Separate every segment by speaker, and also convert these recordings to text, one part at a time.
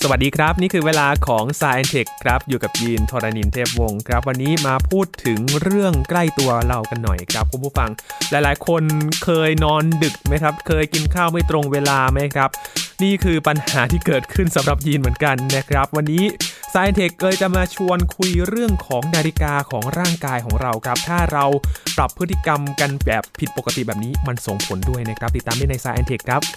Speaker 1: สวัสดีครับนี่คือเวลาของ Science Tech ครับอยู่กับยีนทรณินเทพวงศ์ครับวันนี้มาพูดถึงเรื่องใกล้ตัวเรากันหน่อยครับคุณผู้ฟังหลายๆคนเคยนอนดึกไหมครับเคยกินข้าวไม่ตรงเวลาไหมครับนี่คือปัญหาที่เกิดขึ้นสำหรับยีนเหมือนกันนะครับวันนี้ Science Tech เลยจะมาชวนคุยเรื่องของนาฬิกาของร่างกายของเราครับถ้าเราปรับพฤติกรรมกันแบบผิดปกติแบบนี้มันส่งผลด้วยนะครับติดตามได้ใน Science Tech ครับ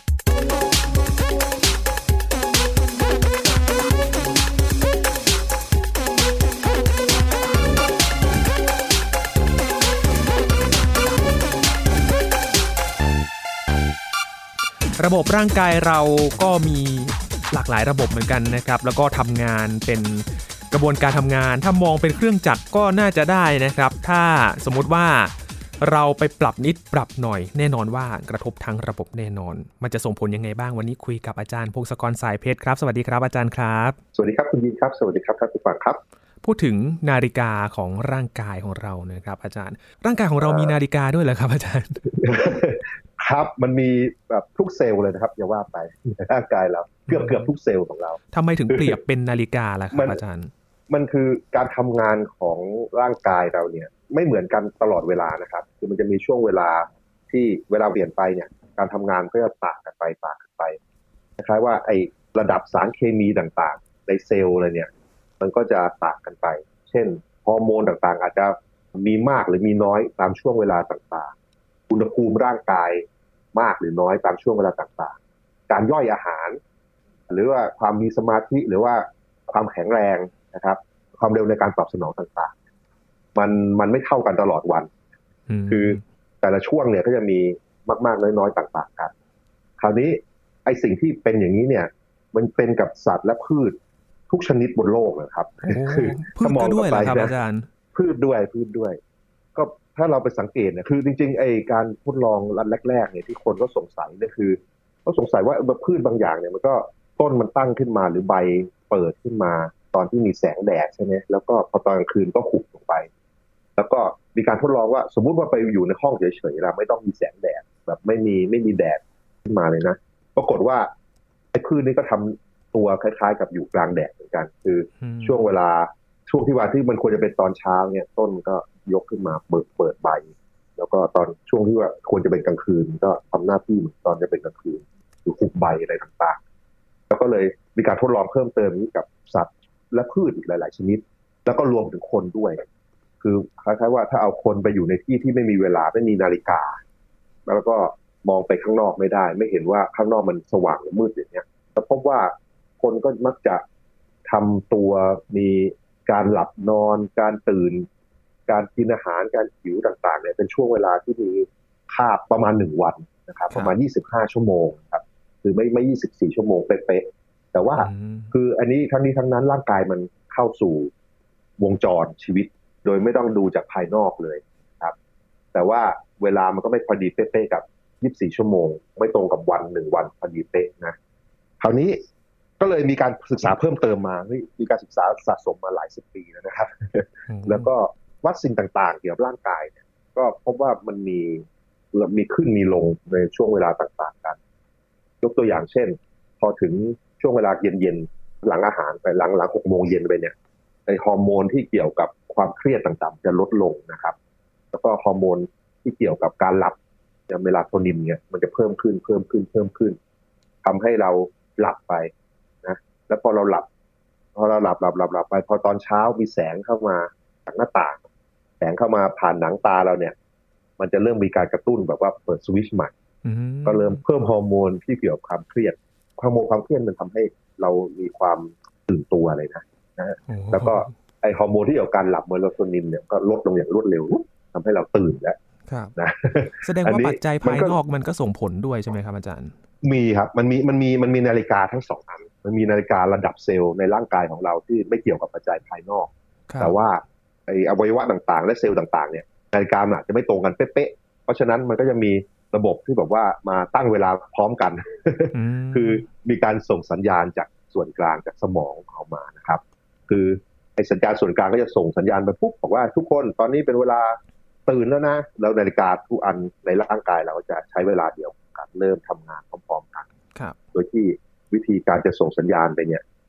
Speaker 1: ระบบร่างกายเราก็มีหลากหลายระบบเหมือนกันนะครับแล้วก็ทำงานเป็นกระบวนการทำงานถ้ามองเป็นเครื่องจักรก็น่าจะได้นะครับถ้าสมมุติว่าเราไปปรับนิดปรับหน่อยแน่นอนว่ากระทบทั้งระบบแน่นอนมันจะส่งผลยังไงบ้างวันนี้คุยกับอาจารย์พงศกรสายเพชรครับสวัสดีครับอาจารย์ครับ
Speaker 2: สวัสดีครับคุณยินครับสวัสดีครับท่านผู้ฟังครับ
Speaker 1: พูดถึงนาฬิกาของร่างกายของเรานะครับอาจารย์ร่างกายของเรามีนาฬิกาด้วยเหรอครับอาจารย์
Speaker 2: ครับมันมีแบบทุกเซลล์เลยนะครับอย่าว่าไปในร่างกายเราเกือบทุกเซลล์ของเรา
Speaker 1: ทำไมถึงเปรียบเป็นนาฬิกาล่ะครับอาจารย์
Speaker 2: มันคือการทำงานของร่างกายเราเนี่ยไม่เหมือนกันตลอดเวลานะครับคือมันจะมีช่วงเวลาที่เวลาเปลี่ยนไปเนี่ยการทำงานก็จะต่างกันไปคล้ายๆว่าไอ้ระดับสารเคมีต่างๆในเซลล์เลยเนี่ยมันก็จะต่างกันไปเช่นฮอร์โมนต่างๆอาจจะมีมากหรือมีน้อยตามช่วงเวลาต่างๆอุณหภูมิร่างกายมากหรือน้อยตามช่วงเวลาต่างๆการย่อยอาหารหรือว่าความมีสมาธิหรือว่าความแข็งแรงนะครับความเร็วในการตอบสนองต่างๆมันไม่เท่ากันตลอดวันคือแต่ละช่วงเนี่ยก็จะมีมากๆน้อยๆต่างๆกันคราวนี้ไอ้สิ่งที่เป็นอย่างนี้เนี่ยมันเป็นกับสัตว์และพืชทุกชนิดบนโลกนะครับ
Speaker 1: คือพืชก็ด้วยเหรอครับอาจารย์
Speaker 2: พืชด้วยก็ถ้าเราไปสังเกตเนี่ยคือจริงๆไอ้การทดลองรันแรกๆเนี่ยที่คนก็สงสัยเนี่ยคือก็สงสัยว่าพืชบางอย่างเนี่ยมันก็ต้นมันตั้งขึ้นมาหรือใบเปิดขึ้นมาตอนที่มีแสงแดดใช่ไหมแล้วก็พอตอนกลางคืนก็หุบลงไปแล้วก็มีการทดลองว่าสมมุติว่าไปอยู่ในห้องเฉยๆเราไม่ต้องมีแสงแดดแบบไม่มีแดดขึ้นมาเลยนะปรากฏว่าไอ้พืชนี้ก็ทำตัวคล้ายๆกับอยู่กลางแดดเหมือนกันคือช่วงเวลาช่วงที่มันควรจะเป็นตอนเช้าเนี่ยต้นก็ยกขึ้นมาเปิดใบแล้วก็ตอนช่วงที่ว่าควรจะเป็นกลางคืนก็ทำหน้าที่เหมือนตอนจะเป็นกลางคืนคือหุบใบอะไรต่างๆแล้วก็เลยมีการทดลองเพิ่มเติมนี้กับสัตว์และพืชอีกหลายๆชนิดแล้วก็รวมถึงคนด้วยคือคล้ายๆว่าถ้าเอาคนไปอยู่ในที่ที่ไม่มีเวลาไม่มีนาฬิกาแล้วก็มองไปข้างนอกไม่ได้ไม่เห็นว่าข้างนอกมันสว่างหรือมืดอย่างเงี้ยแต่พบว่าคนก็มักจะทำตัวมีการหลับนอนการตื่นการกินอาหารการหิวต่างๆเนี่ยเป็นช่วงเวลาที่มีคาบประมาณ1วันนะครับประมาณ25ชั่วโมงครับคือไม่24ชั่วโมงเป๊ะๆแต่ว่าคืออันนี้ทั้งนั้นร่างกายมันเข้าสู่วงจรชีวิตโดยไม่ต้องดูจากภายนอกเลยครับแต่ว่าเวลามันก็ไม่พอดีเป๊ะๆกับ24ชั่วโมงไม่ตรงกับวัน1วันพอดีเป๊ะนะคราวนี้ก็เลยมีการศึกษาเพิ่มเติมมามีการศึกษาสะสมมาหลายสิบปีแล้วนะครับแล้วก็วัดสิ่งต่างๆเกี่ยวกับร่างกายเนี่ยก็พบว่ามันมีขึ้นมีลงในช่วงเวลาต่างๆกันยกตัวอย่างเช่นพอถึงช่วงเวลาเย็นๆหลังอาหารไปหลัง6 โมงเย็นไปเนี่ยไอฮอร์โมนที่เกี่ยวกับความเครียดต่างๆจะลดลงนะครับแล้วก็ฮอร์โมนที่เกี่ยวกับการหลับอย่างเมลาโทนินเนี่ยมันจะเพิ่มขึ้นทำให้เราหลับไปนะแล้วพอเราหลับไปพอตอนเช้ามีแสงเข้ามาจากหน้าต่างแสงเข้ามาผ่านหนังตาเราเนี่ยมันจะเริ่มมีการกระตุ้นแบบว่าเปิดสวิตช์ใหม่ก็เริ่มเพิ่มฮอร์โมนที่เกี่ยวกับความเครียดความเครียดมันทำให้เรามีความตื่นตัวเลยนะแล้วก็ไอฮอร์โมนที่เกี่ยวกับการหลับเมลาโทนินเนี่ยก็ลดลงอย่างรวดเร็วทำให้เราตื่นแล้ว
Speaker 1: นะแสดงว่าปัจจัยภายนอกมันก็ส่งผลด้วยใช่ไหมครับอาจารย์
Speaker 2: มีครับมันมีนาฬิกาทั้งสองอันมันมีนาฬิการะดับเซลล์ในร่างกายของเราที่ไม่เกี่ยวกับปัจจัยภายนอกแต่ว่าไออวัยวะต่างๆและเซลล์ต่างๆเนี่ยนาฬิกาอาจจะไม่ตรงกันเป๊ะๆเพราะฉะนั้นมันก็จะมีระบบที่แบบว่ามาตั้งเวลาพร้อมกัน คือมีการส่งสัญญาณจากส่วนกลางจากสมองออกมานะครับคือไอสัญญาณส่วนกลางก็จะส่งสัญญาณไปปุ๊บบอกว่าทุกคนตอนนี้เป็นเวลาตื่นแล้วนะแล้วนาฬิกาทุกอันในร่างกายเราจะใช้เวลาเดียวกันเริ่มทำงานพร้อมๆกันโดยที่วิธีการจะส่งสัญญาณไปเนี่ย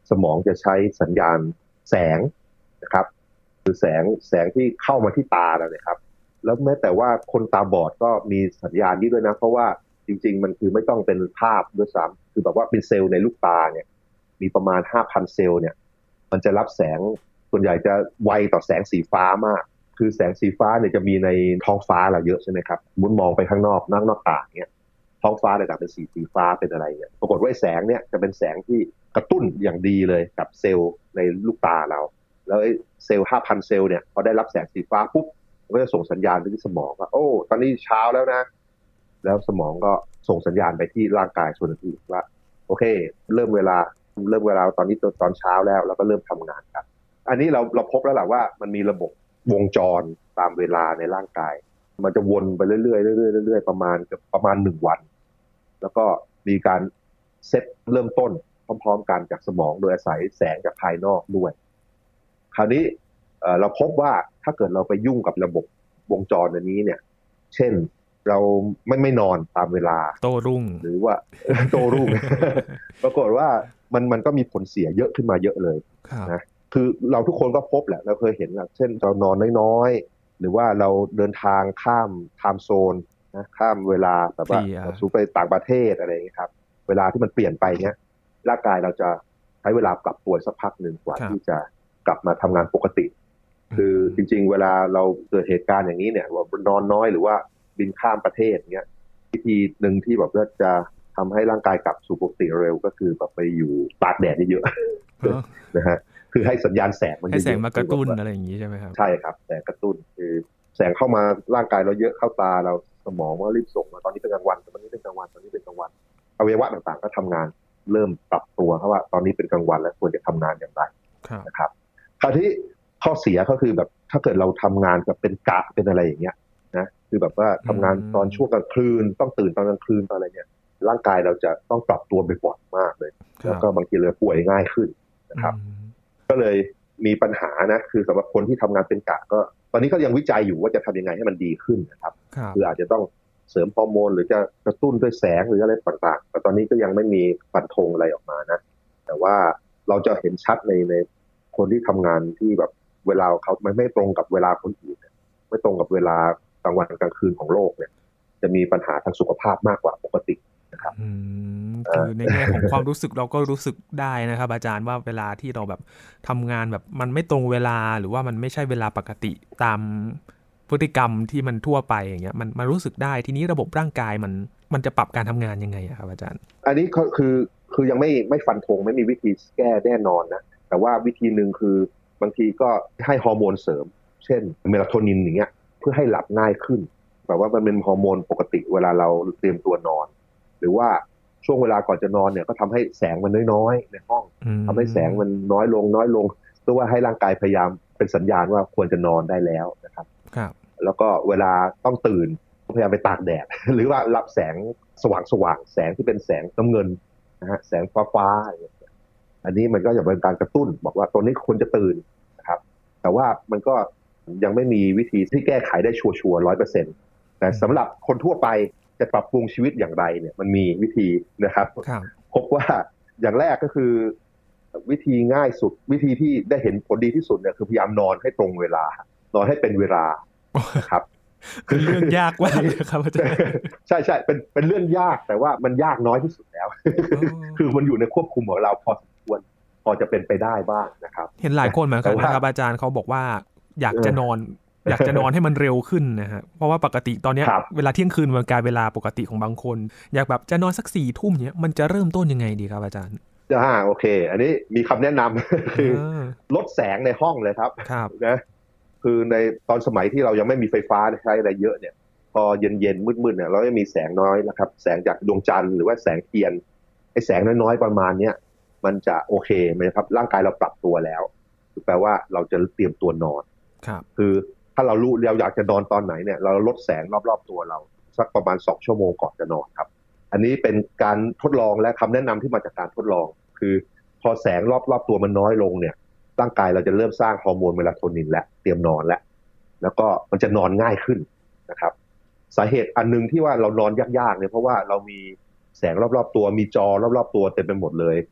Speaker 2: สมองจะใช้สัญญาณแสงนะครับคือแสงที่เข้ามาที่ตาเราเนี่ยครับแล้วแม้แต่ว่าคนตาบอดก็มีสัญญาณนี้ด้วยนะเพราะว่าจริงๆมันคือไม่ต้องเป็นภาพด้วยซ้ำคือแบบว่าเป็นเซลล์ในลูกตาเนี่ยมีประมาณ 5,000 เซลล์เนี่ยมันจะรับแสงส่วนใหญ่จะไวต่อแสงสีฟ้ามากคือแสงสีฟ้าเนี่ยจะมีในท้องฟ้าเราเยอะใช่ไหมครับมุดมองไปข้างนอกนอกตาเนี่ยท้องฟ้าระดับเป็นสีฟ้าเป็นอะไรเนี่ยปรากฏว่าแสงเนี่ยจะเป็นแสงที่กระตุ้นอย่างดีเลยกับเซลล์ในลูกตาเราแล้วเซลล์ 5,000 เซลล์เนี่ยพอได้รับแสงสีฟ้าปุ๊บมันก็จะส่งสัญญาณไปที่สมองว่าโอ้ตอนนี้เช้าแล้วนะแล้วสมองก็ส่งสัญญาณไปที่ร่างกายส่วนอื่นว่าโอเคเริ่มเวลาตอนนี้ตอนเช้าแล้วก็เริ่มทำงานกันอันนี้เราพบแล้วแหละว่ามันมีระบบวงจรตามเวลาในร่างกายมันจะวนไปเรื่อยๆประมาณ1 วันแล้วก็มีการเซตเริ่มต้นพร้อมๆกันจากสมองโดยอาศัยแสงจากภายนอกด้วยคราวนี้เราพบว่าถ้าเกิดเราไปยุ่งกับระบบวงจรอันนี้เนี่ยเช่นเราไม่นอนตามเวลา
Speaker 1: โต้รุ่ง
Speaker 2: หรือว่า โต้รุ่ง ปรากฏว่ามันก็มีผลเสียเยอะขึ้นมาเยอะเลยนะคือเราทุกคนก็พบแหละเราเคยเห็นเช่นเรานอนน้อยๆหรือว่าเราเดินทางข้ามไทม์โซนนะข้ามเวลาแบบว่าสูไปต่างประเทศอะไรอย่างนี้ครับเวลาที่มันเปลี่ยนไปเนี้ยร่างกายเราจะใช้เวลาปรับตัวสักพักหนึ่งกว่าที่จะกลับมาทำงานปกติคือจริงๆเวลาเราเกิดเหตุการณ์อย่างนี้เนี่ยว่านอนน้อยหรือว่าบินข้ามประเทศเนี้ยวิธีหนึ่งที่แบบว่าจะทำให้ร่างกายกลับสู่ปกติเร็วก็คือแบบไปอยู่ตากแดดเยอะๆนะฮะคือให้สัญญาณแสงมันเยอะ
Speaker 1: ให้แสงมากระตุ้นอะไรอย่างนี้ใช่ไหมครับ
Speaker 2: ใช่ครับแสงกระตุ้นคือแสงเข้ามาร่างกายเราเยอะเข้าตาเราสมองก็รีบส่งมาตอนนี้เป็นกลางวันตอนนี้เป็นกลางวันตอนนี้เป็นกลางวันอวัยวะต่างๆก็ทำงานเริ่มปรับตัวเพราะว่าตอนนี้เป็นกลางวันแล้วควรจะทำงานอย่างไรนะครับคราวที่ข้อเสียก็คือแบบถ้าเกิดเราทำงานแบบเป็นกะเป็นอะไรอย่างเงี้ยนะคือแบบว่าทำงานตอนช่วงกลางคืนต้องตื่นตอนกลางคืนตอนอะไรเนี่ยร่างกายเราจะต้องปรับตัวบ่อยมากเลยแล้วก็บางทีเลยป่วยง่ายขึ้นนะครับก็เลยมีปัญหานะคือสำหรับคนที่ทำงานเป็นกะก็ตอนนี้ก็ยังวิจัยอยู่ว่าจะทำยังไงให้มันดีขึ้นนะครับคืออาจจะต้องเสริมฮอร์โมนหรือจะกระตุ้นด้วยแสงหรืออะไรต่างๆแต่ตอนนี้ก็ยังไม่มีฟันธงอะไรออกมานะแต่ว่าเราจะเห็นชัดในคนที่ทำงานที่แบบเวลาเขาไม่ตรงกับเวลาคนอื่นไม่ตรงกับเวลากลางวันกลางคืนของโลกเนี่ยจะมีปัญหาทางสุขภาพมากกว่าปกตินะครับ
Speaker 1: คือในแง่ของความรู้สึกเราก็รู้สึกได้นะครับอาจารย์ว่าเวลาที่เราแบบทำงานแบบมันไม่ตรงเวลาหรือว่ามันไม่ใช่เวลาปกติตามพฤติกรรมที่มันทั่วไปอย่างเงี้ยมันรู้สึกได้ทีนี้ระบบร่างกายมันจะปรับการทำงานยังไงครับอาจารย์
Speaker 2: อันนี้คือยังไม่ฟันธงไม่มีวิธีแก้แน่นอนนะแต่ว่าวิธีหนึ่งคือบางทีก็ให้ฮอร์โมนเสริมเช่นเมลาโทนินอย่างเงี้ยเพื่อให้หลับง่ายขึ้นแบบว่ามันเป็นฮอร์โมนปกติเวลาเราเตรียมตัวนอนหรือว่าช่วงเวลาก่อนจะนอนเนี่ยก็ทำให้แสงมันน้อยๆในห้องทำให้แสงมันน้อยลงเพื่อว่าให้ร่างกายพยายามเป็นสัญญาณว่าควรจะนอนได้แล้วนะครับแล้วก็เวลาต้องตื่นพยายามไปตากแดด หรือว่ารับแสงสว่างแสงที่เป็นแสงน้ำเงินนะฮะแสงฟ้าอันนี้มันก็จะเป็นการกระตุ้นบอกว่าตัวนี้ควรจะตื่นนะครับแต่ว่ามันก็ยังไม่มีวิธีที่แก้ไขได้ชัวร์ 100%แต่สำหรับคนทั่วไปจะปรับปรุงชีวิตอย่างไรเนี่ยมันมีวิธีนะครับพบว่าอย่างแรกก็คือวิธีง่ายสุดวิธีที่ได้เห็นผลดีที่สุดเนี่ยคือพยายามนอนให้ตรงเวลานอนให้เป็นเวลาครับ
Speaker 1: คือเรื่องยากมากเลยครับอาจารย์
Speaker 2: ใช่เป็นเรื่องยากแต่ว่ามันยากน้อยที่สุดแล้วคือมันอยู่ในควบคุมของเราพอสมควรพอจะเป็นไปได้บ้างนะครับ
Speaker 1: เห็นหลายคนเหมือนกันนะครับอาจารย์เขาบอกว่าอยากจะนอนให้มันเร็วขึ้นนะฮะเพราะว่าปกติตอนนี้เวลาเที่ยงคืนมันกลายเวลาปกติของบางคนอยากแบบจะนอนสัก4 ทุ่มเนี้ยมันจะเริ่มต้นยังไงดีครับอาจารย์
Speaker 2: โอเคอันนี้มีคำแนะนำคือลดแสงในห้องเลยครับนะคือในตอนสมัยที่เรายังไม่มีไฟฟ้าใช้อะไรเยอะเนี่ยพอเย็นมืดๆเนี่ยเราจะมีแสงน้อยนะครับแสงจากดวงจันทร์หรือว่าแสงเทียนไอ้แสงน้อยๆประมาณเนี้ยมันจะโอเคไหมครับร่างกายเราปรับตัวแล้วแปลว่าเราจะเตรียมตัวนอนคือถ้าเรารู้เราอยากจะนอนตอนไหนเนี่ยเราลดแสงรอบๆตัวเราสักประมาณ2 ชั่วโมงก่อนจะนอนครับอันนี้เป็นการทดลองและคำแนะนำที่มาจากการทดลองคือพอแสงรอบๆตัวมันน้อยลงเนี่ยร่างกายเราจะเริ่มสร้างฮอร์โมนเมลาโทนินและเตรียมนอนแล้วก็มันจะนอนง่ายขึ้นนะครับสาเหตุอันนึงที่ว่าเรานอนยากๆเนี่ยเพราะว่าเรามีแสงรอบๆตัวมีจอรอบๆตัวเต็มไปหมดเลย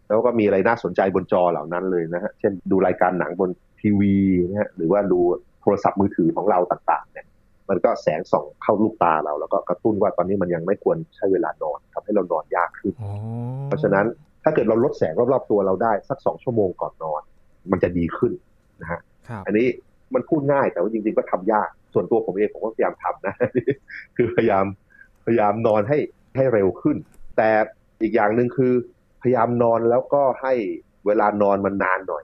Speaker 2: แล้วก็มีอะไรน่าสนใจบนจอเหล่านั้นเลยนะฮะเช่นดูรายการหนังบนทีวีนะฮะหรือว่าดูโทรศัพท์มือถือของเราต่างๆเนี่ยมันก็แสงส่องเข้าลูกตาเราแล้วก็กระตุ้นว่าตอนนี้มันยังไม่ควรใช้เวลานอนทำให้เรานอนยากขึ้นเพราะฉะนั้นถ้าเกิดเราลดแสงรอบๆตัวเราได้สัก2 ชั่วโมงก่อนนอนมันจะดีขึ้นนะฮะอันนี้มันพูดง่ายแต่ว่าจริงๆก็ทำยากส่วนตัวผมเองผมก็พยายามทำนะคือพยายามนอนให้เร็วขึ้นแต่อีกอย่างหนึ่งคือพยายามนอนแล้วก็ให้เวลานอนมันนานหน่อย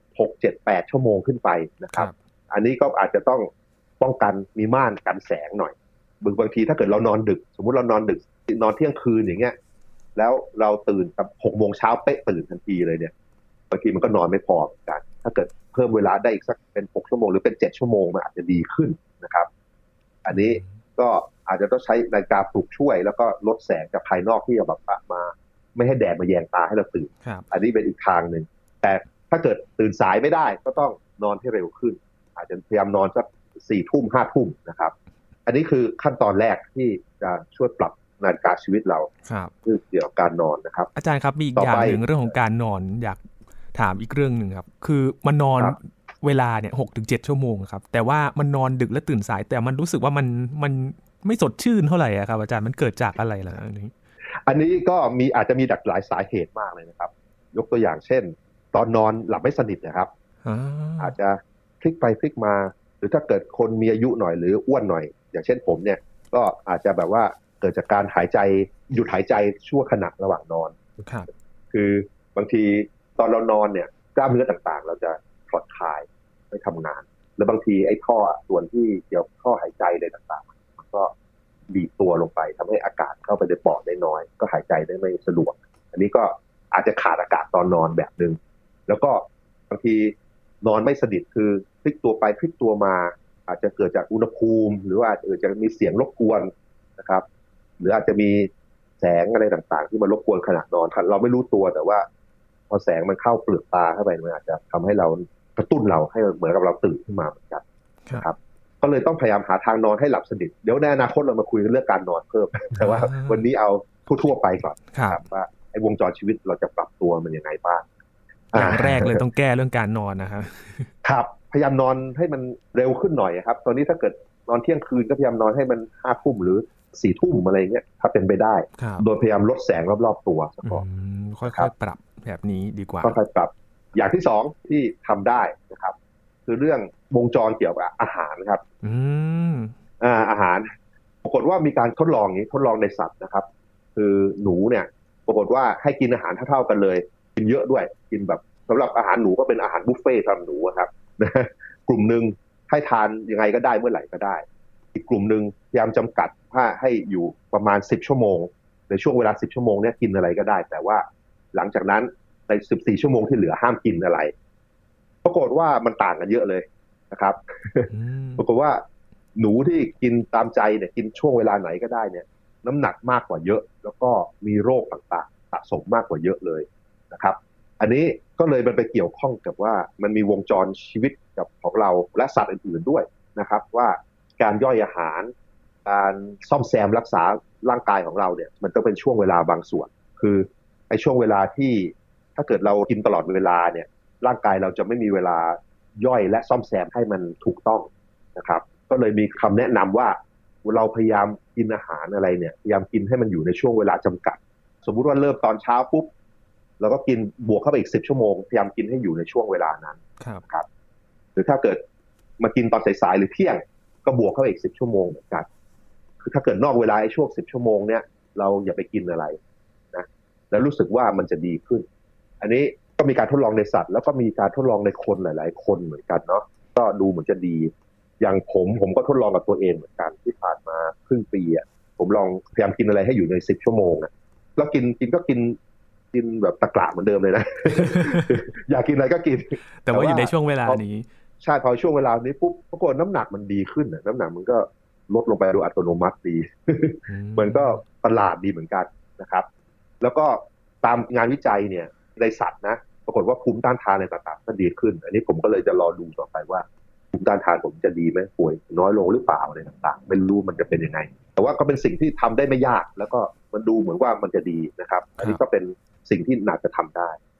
Speaker 2: 6 7 8 ชั่วโมงขึ้นไปนะครับอันนี้ก็อาจจะต้องป้องกันมีม่านกันแสงหน่อยบางทีถ้าเกิดเรานอนดึกสมมุติเรานอนดึกนอนเที่ยงคืนอย่างเงี้ยแล้วเราตื่นกับ6 โมงเช้าเป๊ะตื่นทันทีเลยเนี่ยบางทีมันก็นอนไม่พอเหมือนกันถ้าเกิดเพิ่มเวลาได้อีกสักเป็น6 ชั่วโมงหรือเป็น7 ชั่วโมงมันอาจจะดีขึ้นนะครับอันนี้ก็อาจจะต้องใช้นาฬิกาปลุกช่วยแล้วก็ลดแสงจากภายนอกที่จะแบบมาไม่ให้แดดมาแยงตาให้เราตื่นอันนี้เป็นอีกทางหนึ่งแต่ถ้าเกิดตื่นสายไม่ได้ก็ต้องนอนให้เร็วขึ้นอาจจะพยายามนอนสัก4 ทุ่ม5 ทุ่มนะครับอันนี้คือขั้นตอนแรกที่จะช่วยปรับนาฬิกาชีวิตเราเกี่ยวกับการนอนนะครับ
Speaker 1: อาจารย์ครับมีอีกอย่างหนึ่งเรื่องของการนอนอยากถามอีกเรื่องหนึ่งครับคือมันนอนเวลาเนี่ย6-7 ชั่วโมงครับแต่ว่ามันนอนดึกและตื่นสายแต่มันรู้สึกว่ามันไม่สดชื่นเท่าไหร่ครับอาจารย์มันเกิดจากอะไรล่ะ
Speaker 2: อันนี้ก็อาจจะมีหลายสาเหตุมากเลยนะครับยกตัวอย่างเช่นตอนนอนหลับไม่สนิทนะครับอาจจะพลิกไปพลิกมาหรือถ้าเกิดคนมีอายุหน่อยหรืออ้วนหน่อยอย่างเช่นผมเนี่ยก็อาจจะแบบว่าเกิดจากการหยุดหายใจชั่วขณะระหว่างนอนคือบางทีตอนเรานอนเนี่ยกล้ามเนื้อต่างๆเราจะผ่อนคลายไม่ทำงานแล้วบางทีไอ้ท่อส่วนที่เกี่ยวกับท่อหายใจอะไรต่างๆมันก็บีบตัวลงไปทำให้อากาศเข้าไปในปอดได้น้อยก็หายใจได้ไม่สะดวกอันนี้ก็อาจจะขาดอากาศตอนนอนแบบนึงแล้วก็บางทีนอนไม่สนิทคือพลิกตัวไปพลิกตัวมาอาจจะเกิดจากอุณหภูมิหรือว่าจะมีเสียงรบกวนนะครับหรืออาจจะมีแสงอะไรต่างๆที่มันรบกวนขณะนอนเราไม่รู้ตัวแต่ว่าพอแสงมันเข้าเปลือกตาเข้าไปมันอาจจะทำให้เรากระตุ้นเราให้เหมือนกับเราตื่นขึ้นมาเหมือนกันนะครับก็เลยต้องพยายามหาทางนอนให้หลับสนิทเดี๋ยวในอนาคตเรามาคุยเรื่องการนอนเพิ่มแต่ว่าวันนี้เอาทั่วๆไปก่อนครับว่าไอ้วงจรชีวิตเราจะปรับตัวมันยังไงบ้าง
Speaker 1: อย่างแรกเลยต้องแก้เรื่องการนอนนะครับ
Speaker 2: ครับพยายามนอนให้มันเร็วขึ้นหน่อยครับตอนนี้ถ้าเกิดนอนเที่ยงคืนก็พยายามนอนให้มัน5 ทุ่มหรือ4 ทุ่มอะไรเงี้ยถ้าเป็นไปได้โดยพยายามลดแสงรอบๆตัวซะก่อน
Speaker 1: ค่อยๆปรับแบบนี้ดีกว่า
Speaker 2: ค่อยๆปรับอย่างที่2ที่ทำได้นะครับคือเรื่องวงจรเกี่ยวกับอาหารครับอาหารปรากฏว่ามีการทดลองในสัตว์นะครับคือหนูเนี่ยปรากฏว่าให้กินอาหารเท่าๆกันเลยกินเยอะด้วยกินแบบสำหรับอาหารหนูก็เป็นอาหารบุฟเฟ่ต์สำหรับหนูครับกลุ่มนึงให้ทานยังไงก็ได้เมื่อไหร่ก็ได้อีกกลุ่มนึงพยายามจำกัดว่าให้อยู่ประมาณ10 ชั่วโมงในช่วงเวลา10 ชั่วโมงเนี่ยกินอะไรก็ได้แต่ว่าหลังจากนั้นใน14 ชั่วโมงที่เหลือห้ามกินอะไรปรากฏว่ามันต่างกันเยอะเลยนะครับปรากฏว่าหนูที่กินตามใจเนี่ยกินช่วงเวลาไหนก็ได้เนี่ยน้ำหนักมากกว่าเยอะแล้วก็มีโรคต่างๆสะสมมากกว่าเยอะเลยนะครับอันนี้ก็เลยมันไปเกี่ยวข้องกับว่ามันมีวงจรชีวิตกับของเราและสัตว์อื่นๆด้วยนะครับว่าการย่อยอาหารการซ่อมแซมรักษาร่างกายของเราเนี่ยมันต้องเป็นช่วงเวลาบางส่วนคือไอ้ช่วงเวลาที่ถ้าเกิดเรากินตลอดเวลาเนี่ยร่างกายเราจะไม่มีเวลาย่อยและซ่อมแซมให้มันถูกต้องนะครับก็เลยมีคำแนะนำว่าเราพยายามกินอาหารอะไรเนี่ยพยายามกินให้มันอยู่ในช่วงเวลาจำกัดสมมุติว่าเริ่มตอนเช้าปุ๊บเราก็กินบวกเข้าไปอีก10 ชั่วโมงพยายามกินให้อยู่ในช่วงเวลานั้นครับหรือถ้าเกิดมากินตอนสายๆหรือเที่ยงก็บวกเข้าไปอีก10 ชั่วโมงเหมือนกันคือถ้าเกิดนอกเวลาไอ้ช่วง10 ชั่วโมงเนี่ยเราอย่าไปกินอะไรนะแล้วรู้สึกว่ามันจะดีขึ้นอันนี้ก็มีการทดลองในสัตว์แล้วก็มีการทดลองในคนหลายๆคนเหมือนกันเนาะก็ดูเหมือนจะดีอย่างผมก็ทดลองกับตัวเองเหมือนกันที่ผ่านมาครึ่งปีอ่ะผมลองพยายามกินอะไรให้อยู่ใน10 ชั่วโมงอ่ะแล้วกินแบบตะกละเหมือนเดิมเลยนะ อยากกินอะไรก็กิน
Speaker 1: แต่ว่าอยู่ในช่วงเวลานี้
Speaker 2: ใช่พอช่วงเวลานี้ปุ๊บปรากฏน้ำหนักมันดีขึ้นน้ำหนักมันก็ลดลงไปโดยอัตโนมัติดี มันก็ประหลาดดีเหมือนกันนะครับแล้วก็ตามงานวิจัยเนี่ยในสัตว์นะปรากฏว่าภูมิต้านทานในต่างๆก็ดีขึ้นอันนี้ผมก็เลยจะรอดูต่อไปว่าภูมิต้านทานผมจะดีไหมป่วยน้อยลงหรือเปล่าอะไรต่างๆไม่รู้มันจะเป็นยังไงแต่ว่าก็เป็นสิ่งที่ทำได้ไม่ยากแล้วก็มันดูเหมือนว่ามันจะดีนะครับอันนี้ก็เป็นสิ่งที่น่าจะทำได้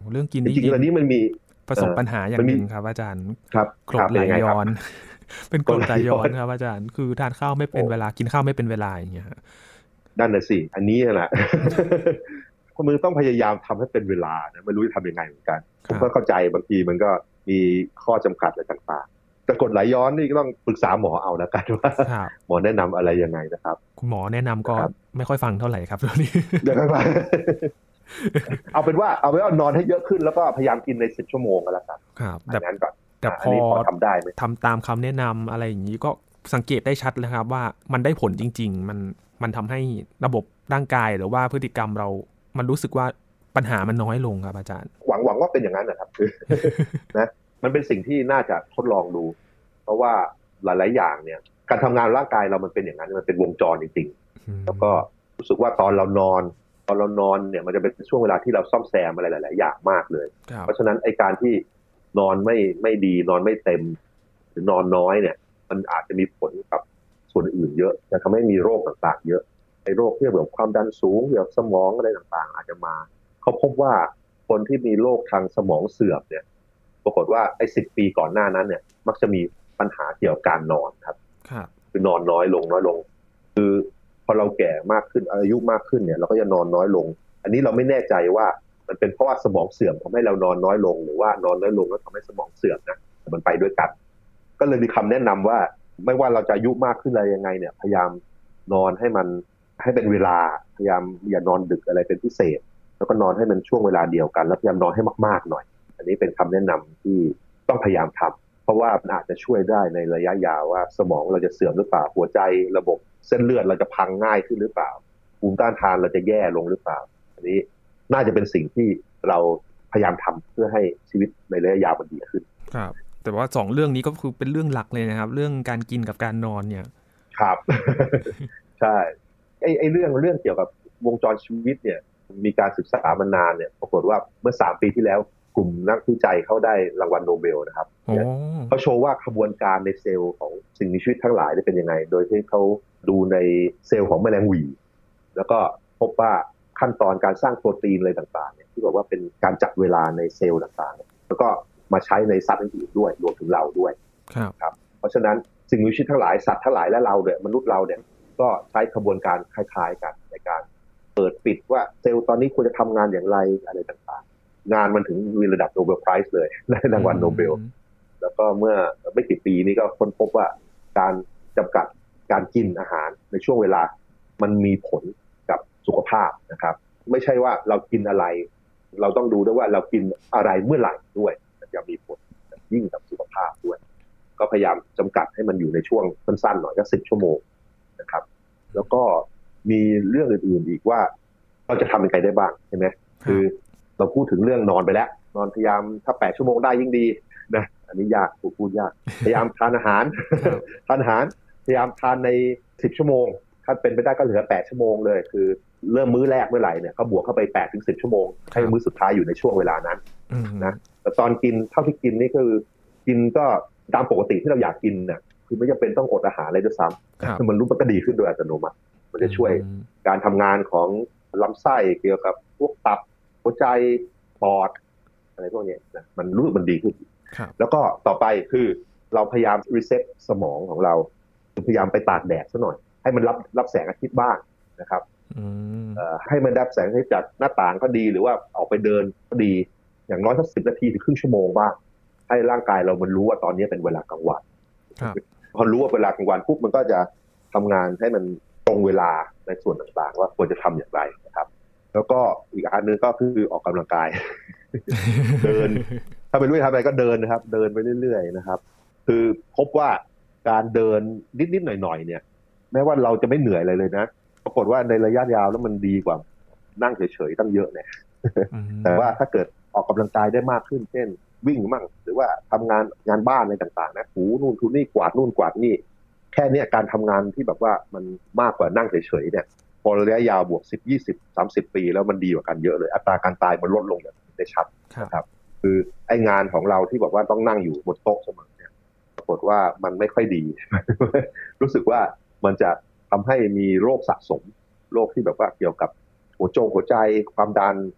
Speaker 1: เรื่องกิน
Speaker 2: จริงๆตอนนี้มันมี
Speaker 1: ประสบปัญหาอย่างนึงครับอาจารย์
Speaker 2: ครับ
Speaker 1: กรดไหลย้อนเป็นกรดไหลย้อนครับอาจารย์คือทานข้าวไม่เป็นเวลากินข้าวไม่เป็นเวลาอย่างเงี้ย
Speaker 2: นั่นน่ะสิอันนี้แหละคนมึงต้องพยายามทำให้เป็นเวลานะไม่รู้จะทำยังไงเหมือนกันผมก็เข้าใจบางทีมันก็มีข้อจำกัดอะไรต่างๆแต่กรดไหลย้อนนี่ก็ต้องปรึกษาหมอเอาแล้วกันว่าหมอแนะนำอะไรยังไงนะครับ
Speaker 1: คุณหมอแนะนำก็ไม่ค่อยฟังเท่าไหร่ครับตอนนี้
Speaker 2: เดี๋ยวไปเอาเป็นว่านอนให้เยอะขึ้นแล้วก็พยายามกินใน10 ชั่วโมงก็แล้วกัน
Speaker 1: ครับ
Speaker 2: นั้นก่อน
Speaker 1: แต่พอ
Speaker 2: ทำได้ไหม
Speaker 1: ทำตามคำแนะนำอะไรอย่างนี้ก็สังเกตได้ชัดเลยครับว่ามันได้ผลจริงๆมันทำให้ระบบร่างกายหรือว่าพฤติกรรมเรามันรู้สึกว่าปัญหามันน้อยลงครับอาจารย์
Speaker 2: หวังว่าเป็นอย่างนั้นนะครับนะมันเป็นสิ่งที่น่าจะทดลองดูเพราะว่าหลายๆอย่างเนี่ยการทำงานร่างกายเรามันเป็นอย่างนั้นมันเป็นวงจรจริงๆแล้วก็รู้สึกว่าตอนเรานอนเนี่ยมันจะเป็นช่วงเวลาที่เราซ่อมแซมอะไรหลายๆอย่างมากเลยเพราะฉะนั้นไอ้การที่นอนไม่ดีนอนไม่เต็มหรือนอนน้อยเนี่ยมันอาจจะมีผลกับส่วนอื่นเยอะจะทำให้มีโรคต่างๆเยอะไอ้โรคที่เกี่ยวกับความดันสูงเกี่ยวกับสมองอะไรต่างๆอาจจะมาเขาพบว่าคนที่มีโรคทางสมองเสื่อมเนี่ยปรากฏว่าไอ้10 ปีก่อนหน้านั้นเนี่ยมักจะมีปัญหาเกี่ยวกับการนอนครับคือนอนน้อยลงคือพอเราแก่มากขึ้นอายุมากขึ้นเนี่ยเราก็จะนอนน้อยลงอันนี้เราไม่แน่ใจว่ามันเป็นเพราะว่าสมองเสื่อมทำให้เรานอนน้อยลงหรือว่านอนน้อยลงแล้วทำให้สมองเสื่อมนะแต่มันไปด้วยกันก็เลยมีคำแนะนำว่าไม่ว่าเราจะอายุมากขึ้นอะไรยังไงเนี่ยพยายามนอนให้เป็นเวลาพยายามอย่านอนดึกอะไรเป็นพิเศษแล้วก็นอนให้มันช่วงเวลาเดียวกันแล้วพยายามนอนให้มากๆหน่อยอันนี้เป็นคำแนะนำที่ต้องพยายามทำเพราะว่ามันอาจจะช่วยได้ในระยะยาวว่าสมองเราจะเสื่อมหรือเปล่าหัวใจระบบเส้นเลือดเราจะพังง่ายขึ้นหรือเปล่าภูมิต้านทานเราจะแย่ลงหรือเปล่าอันนี้น่าจะเป็นสิ่งที่เราพยายามทำเพื่อให้ชีวิตในระยะยาวมันดีขึ้น
Speaker 1: ครับแต่ว่า2เรื่องนี้ก็คือเป็นเรื่องหลักเลยนะครับเรื่องการกินกับการนอนเนี่ย
Speaker 2: ครับ ใช่ไอ้เรื่องเกี่ยวกับวงจรชีวิตเนี่ยมีการศึกษามานานเนี่ยปรากฏว่าเมื่อ3 ปีที่แล้วกลุ่มนักวิจัยเขาได้รางวัลโนเบลนะครับเขาโชว์ว่าขบวนการในเซลล์ของสิ่งมีชีวิตทั้งหลายได้เป็นยังไงโดยที่เขาดูในเซลล์ของแมลงหวี่แล้วก็พบว่าขั้นตอนการสร้างโปรตีนอะไรต่างๆเนี่ยที่บอกว่าเป็นการจับเวลาในเซลล์ต่างๆแล้วก็มาใช้ในสัตว์อื่นๆด้วยรวมถึงเราด้วยครับเพราะฉะนั้นสิ่งมีชีวิตทั้งหลายสัตว์ทั้งหลายและเราเนี่ยมนุษย์เราเนี่ยก็ใช้ขบวนการคล้ายๆกันในการเปิดปิดว่าเซลล์ตอนนี้ควรจะทำงานอย่างไรอะไรต่างๆงานมันถึงมีระดับโนเบลไพรส์เลยได้รางวัลโนเบลแล้วก็เมื่อไม่กี่ปีนี้ก็ค้นพบว่าการจำกัดการกินอาหารในช่วงเวลามันมีผลกับสุขภาพนะครับไม่ใช่ว่าเรากินอะไรเราต้องดูด้วยว่าเรากินอะไรเมื่อไหร่ด้วยจะมีผลยิ่งกับสุขภาพด้วยก็พยายามจำกัดให้มันอยู่ในช่วงสั้นๆหน่อยก็10 ชั่วโมงนะครับแล้วก็มีเรื่องอื่นๆอีกว่าเราจะทำยังไงได้บ้างใช่ไหมคือเราพูดถึงเรื่องนอนไปแล้วนอนพยายามถ้า8 ชั่วโมงได้ยิ่งดีนะอันนี้ยากพูดยากพยายามทานอาหาร ทานอาหารพยายามทานใน10 ชั่วโมงถ้าเป็นไปได้ก็เหลือ8 ชั่วโมงเลยคือเริ่มมื้อแรกเมื่อไหร่เนี่ยเขาบวกเข้าไป8 ถึง 10 ชั่วโมงให้มื้อสุดท้ายอยู่ในช่วงเวลานั้นนะแต่ตอนกินเท่าที่กินนี่คือกินก็ตามปกติที่เราอยากกินน่ะคือไม่จำเป็นต้องอดอาหารอะไรด้วยซ้ำคือมันรู้มันก็ดีขึ้นโดยอัตโนมัติมันจะช่วยการทำงานของลำไส้เกี่ยวกับพวกตับหัวใจปอดอะไรพวกนี้นะมันรู้มันดีขึ้นแล้วก็ต่อไปคือเราพยายามรีเซ็ตสมองของเราพยายามไปตากแดดซะหน่อยให้มันรับแสงอาทิตย์บ้างนะครับให้มันรับแสงอาทิตย์จากหน้าต่างก็ดีหรือว่าออกไปเดินก็ดีอย่างน้อยสัก10 นาทีถึงครึ่งชั่วโมงบ้างให้ร่างกายเรามันรู้ว่าตอนนี้เป็นเวลากลางวันพอรู้ว่าเวลากลางวันปุ๊บมันก็จะทำงานให้มันตรงเวลาในส่วนต่างๆว่าควรจะทำอย่างไรนะครับแล้วก็อีกอันนึงก็คือออกกำลังกาย เดินถ้าไม่รู้จะทำอะไรก็เดินนะครับเดินไปเรื่อยๆนะครับคือพบว่าการเดินนิดๆหน่อยๆเนี่ยแม้ว่าเราจะไม่เหนื่อยอะไรเลยนะปรากฏว่าในระยะยาวแล้วมันดีกว่านั่งเฉยๆตั้งเยอะเนี่ย แต่ว่าถ้าเกิดออกกำลังกายได้มากขึ้นเช่นวิ่งมั่งหรือว่าทำงานบ้านอะไรต่างๆนะถูนู่นถูนี่กวาดนู่นกวาดนี่แค่นี้การทำงานที่แบบว่ามันมากกว่านั่งเฉยๆเนี่ยพอระยะยาวบวก10 20 30 ปีแล้วมันดีกว่ากันเยอะเลยอัตราการตายมันลดลงอย่างได้ชัดนะครับคือไอ้งานของเราที่บอกว่าต้องนั่งอยู่บนโต๊ะเสมอเนี่ยปรากฏว่ามันไม่ค่อยดี รู้สึกว่ามันจะทำให้มีโรคสะสมโรคที่แบบว่าเกี่ยวกับหัวใจความดัน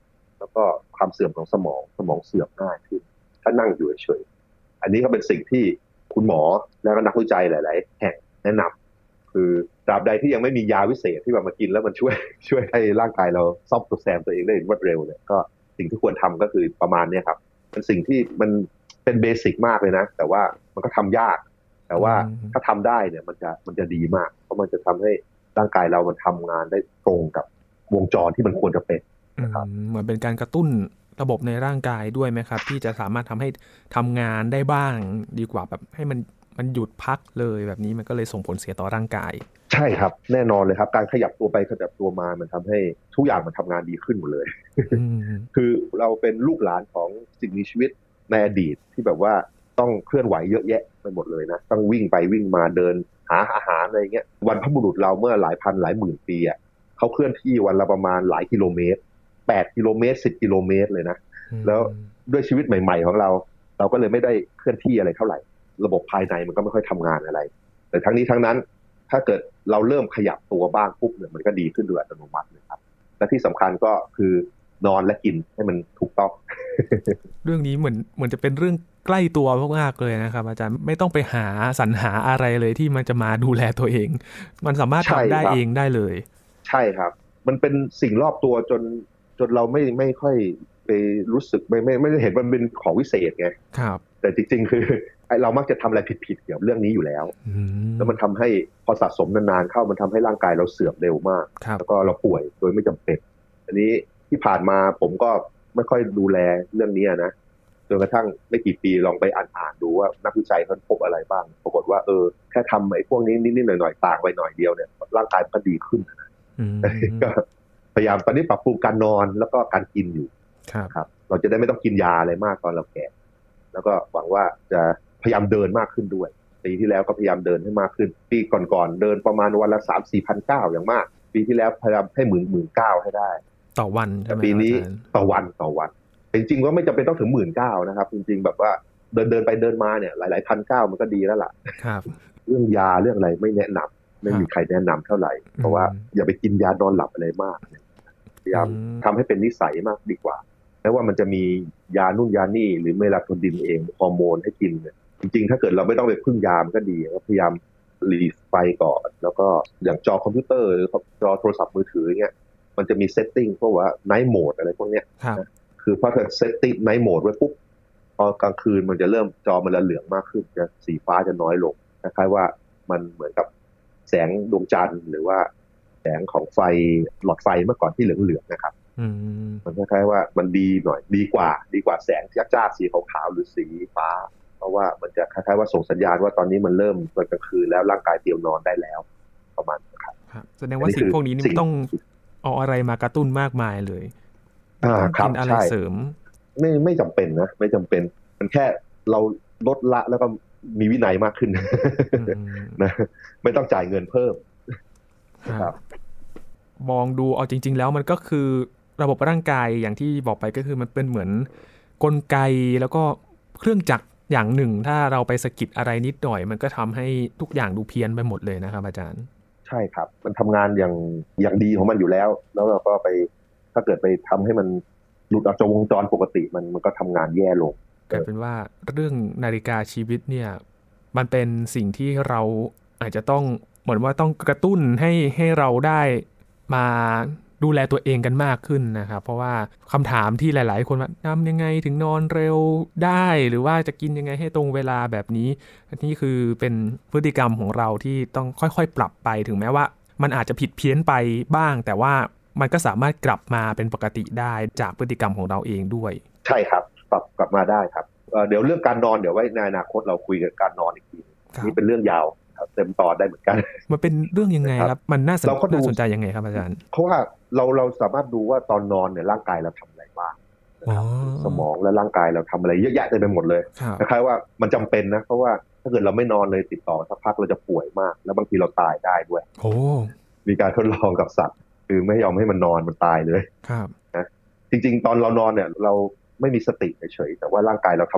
Speaker 2: แล้วก็ความเสื่อมของสมองเสื่อมง่ายขึ้นถ้านั่งอยู่เฉยๆอันนี้ก็เป็นสิ่งที่คุณหมอและก็นักวิจัยหลายๆแห่งแนะนำคือตราบใดที่ยังไม่มียาวิเศษที่แบบมากินแล้วมันช่วยให้ร่างกายเราซ่อมตัวแซมตัวเองได้รวดเร็วเนี่ยก็สิ่งที่ควรทำก็คือประมาณนี้ครับเป็นสิ่งที่มันเป็นเบสิกมากเลยนะแต่ว่ามันก็ทำยากแต่ว่าถ้าทำได้เนี่ยมันจะดีมากเพราะมันจะทำให้ร่างกายเรามันทำงานได้ตรงกับวงจรที่มันควรจะเป็นนะครับ
Speaker 1: เหมือนเป็นการกระตุ้นระบบในร่างกายด้วยไหมครับที่จะสามารถทำให้ทำงานได้บ้างดีกว่าแบบให้มันหยุดพักเลยแบบนี้มันก็เลยส่งผลเสียต่อร่างกาย
Speaker 2: ใช่ครับแน่นอนเลยครับการขยับตัวไปขยับตัวมามันทำให้ทุกอย่างมันทำงานดีขึ้นหมดเลย คือเราเป็นลูกหลานของสิ่งมีชีวิตในอดีตที่แบบว่าต้องเคลื่อนไหวเยอะแยะไปหมดเลยนะต้องวิ่งไปวิ่งมาเดินหาอาหารอะไรเงี้ยวันพบุรุษเราเมื่อหลายพันหลายหมื่นปีอ่ะเขาเคลื่อนที่วันละประมาณหลายกิโลเมตร8 กิโลเมตร10 กิโลเมตรเลยนะแล้วด้วยชีวิตใหม่ๆของเราก็เลยไม่ได้เคลื่อนที่อะไรเท่าไหร่ระบบภายในมันก็ไม่ค่อยทำงานอะไรแต่ทั้งนี้ทั้งนั้นถ้าเกิดเราเริ่มขยับตัวบ้างปุ๊บเนี่ยมันก็ดีขึ้นโดยอัตโนมัติเลยครับและที่สำคัญก็คือนอนและกินให้มันถูกต้อง
Speaker 1: เรื่องนี้เหมือนจะเป็นเรื่องใกล้ตัวมากๆเลยนะครับอาจารย์ไม่ต้องไปสรรหาอะไรเลยที่มันจะมาดูแลตัวเองมันสามารถทำได้เองได้เลยใช่
Speaker 2: ครับมันเป็นสิ่งรอบตัวจนเราไม่ค่อยไปรู้สึกไม่ได้เห็นมันเป็นของวิเศษไง
Speaker 1: ครับ
Speaker 2: แต่จริงๆคือเรามักจะทำอะไรผิดๆเกี่ยวกับเรื่องนี้อยู่แล้วแล้วมันทำให้พอสะสมนานๆเข้ามันทำให้ร่างกายเราเสื่อมเร็วมากแล้วก็เราป่วยโดยไม่จำเป็นอันนี้ที่ผ่านมาผมก็ไม่ค่อยดูแลเรื่องนี้นะจนกระทั่งไม่กี่ปีลองไปอ่านดูว่านักวิจัยเขาพบอะไรบ้างปรากฏว่าแค่ทำไอ้พวกนี้นิดๆหน่อยๆต่างไปหน่อยเดียวเนี่ยร่างกายมันก็ดีขึ้นนะก็พยายามตอนนี้ปรับปรุงการนอนแล้วก็การกินอยู่ครับเราจะได้ไม่ต้องกินยาอะไรมากตอนเราแก่แล้วก็หวังว่าจะพยายามเดินมากขึ้นด้วยปีที่แล้วก็พยายามเดินให้มากขึ้นปีก่อนๆเดินประมาณวันละ 3-4 พันก้าวอย่างมากปีที่แล้วพยายามให้19,000ให้ได้
Speaker 1: ต่อวันใช่ไหม
Speaker 2: ปีนี้ต่อวันจริงๆก็ไม่จำเป็นต้องถึง 19,000 นะครับจริงๆแบบว่าเดินไปเดินมาเนี่ยหลายๆพันก้าวมันก็ดีแล้วล่ะ
Speaker 1: ครับ
Speaker 2: เรื่องยาเรื่องอะไรไม่แนะนำไม่มีใครแนะนำเท่าไหร่เพราะว่าอย่าไปกินยานอนหลับอะไรมากพยายามทำให้เป็นนิสัยมากดีกว่าแม้ว่ามันจะมียานู่นยานี่หรือเมลาโทนินเองฮอร์โมนให้กินเนี่ยจริงๆถ้าเกิดเราไม่ต้องไปพึ่งยามันก็ดีก็พยายามหลีกไฟก่อนแล้วก็อย่างจอคอมพิวเตอร์หรือจอโทรศัพท์มือถือเงี้ยมันจะมีเซตติ้งเพราะว่าไนท์โหมดอะไรพวกเนี้ยคือพอเซตติ้งไนท์โหมดไว้ปุ๊บพอกลางคืนมันจะเริ่มจอมันละเหลืองมากขึ้นจะสีฟ้าจะน้อยลงคล้ายๆว่ามันเหมือนกับแสงดวงจันทร์หรือว่าแสงของไฟหลอดไฟเมื่อก่อนที่เหลืองๆนะครับมันคล้ายๆว่ามันดีหน่อยดีกว่าแสงจ้าๆสีขาวๆหรือสีฟ้าเพราะว่ามันจะคล้ายๆว่าส่งสัญญาณว่าตอนนี้มันเริ่มตอนกลางคืนแล้วร่างกายเตรียมนอนได้แล้วประมาณนี้ครับ
Speaker 1: แสดงว่าสิ่งพวกนี้ไม่ต้องเอาอะไรมากระตุ้นมากมายเลยกินอะไรเสริม
Speaker 2: ไม่จำเป็นนะไม่จำเป็นมันแค่เราลดละแล้วก็มีวินัยมากขึ้นนะไม่ต้องจ่ายเงินเพิ่มครับ
Speaker 1: มองดูเอาจริงๆแล้วมันก็คือระบบร่างกายอย่างที่บอกไปก็คือมันเป็นเหมือนกลไกแล้วก็เครื่องจักรอย่างหนึ่งถ้าเราไปสะกิดอะไรนิดหน่อยมันก็ทำให้ทุกอย่างดูเพี้ยนไปหมดเลยนะครับอาจารย์
Speaker 2: ใช่ครับมันทำงานอย่างดีของมันอยู่แล้วแล้วเราก็ไปถ้าเกิดไปทำให้มันหลุดออกจากวงจรปกติมันก็ทำงานแย่ลง
Speaker 1: กลายเป็นว่าเรื่องนาฬิกาชีวิตเนี่ยมันเป็นสิ่งที่เราอาจจะต้องเหมือนว่าต้องกระตุ้นให้เราได้มาดูแลตัวเองกันมากขึ้นนะครับเพราะว่าคำถามที่หลายๆคนว่าทำยังไงถึงนอนเร็วได้หรือว่าจะกินยังไงให้ตรงเวลาแบบนี้นี่คือเป็นพฤติกรรมของเราที่ต้องค่อยๆปรับไปถึงแม้ว่ามันอาจจะผิดเพี้ยนไปบ้างแต่ว่ามันก็สามารถกลับมาเป็นปกติได้จากพฤติกรรมของเราเองด้วย
Speaker 2: ใช่ครับปรับกลับมาได้ครับเดี๋ยวเรื่องการนอนเดี๋ยวไว้ในอนาคตเราคุยกันการนอนอีกทีนี่เป็นเรื่องยาวเต็มตอนได้เหมือนกัน
Speaker 1: มันเป็นเรื่องยังไงครับมันน่าสนใจยังไงครับอาจารย์
Speaker 2: เพราะว่าเราสามารถดูว่าตอนนอนเนี่ยร่างกายเราทำอะไรบ้างสมองและร่างกายเราทำอะไรเยอะแยะเต็มไปหมดเลยคล้ายๆว่ามันจำเป็นนะเพราะว่าถ้าเกิดเราไม่นอนเลยติดต่อสักพักเราจะป่วยมากแล้วบางทีเราตายได้ด้วยมีการทดลองกับสัตว์คือไม่ยอมให้มันนอนมันตายเลยนะจริงๆตอนเรานอนเนี่ยเราไม่มีสติเฉยๆแต่ว่าร่างกายเราทำงาน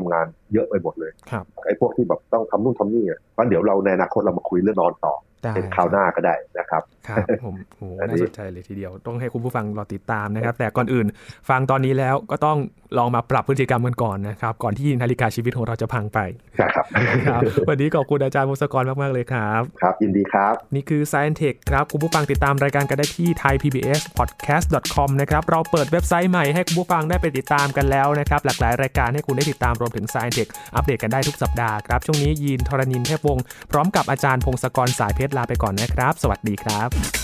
Speaker 2: เยอะไปหมดเลย
Speaker 1: ครับ
Speaker 2: ไอ้พวกที่แบบต้องทำนู่นทำนี่เพราะเดี๋ยวเราในอนาคตเรามาคุยเรื่องนอนต่อเป็นคราวหน้าก็ได้นะครับ
Speaker 1: ครับผมโหน่าสนใจเลยทีเดียวต้องให้คุณผู้ฟังรอติดตามนะครับแต่ก่อนอื่นฟังตอนนี้แล้วก็ต้องลองมาปรับพฤติกรรมกันก่อนนะครับก่อนที่นาฬิกาชีวิตของเราจะพังไป
Speaker 2: ครับ
Speaker 1: วันนี้ขอบคุณอาจารย์พงศกรมากๆเลยครับ
Speaker 2: ครับยินดีครับ
Speaker 1: นี่คือ Science Tech ครับคุณผู้ฟังติดตามรายการกันได้ที่ thaipbspodcast.com นะครับเราเปิดเว็บไซต์ใหม่ให้คุณผู้ฟังได้ไปติดตามกันแล้วนะครับหลากหลายรายการให้คุณได้ติดตามรวมถึง Science Tech อัปเดตกันได้ทุกสัปดาห์ครับช่วงนี้ยีนทรณินเทพวงศ์พร้อมกับอาจารย์พงศกรสายเพชรลาไปก่อนนะครับสวัสดีครับ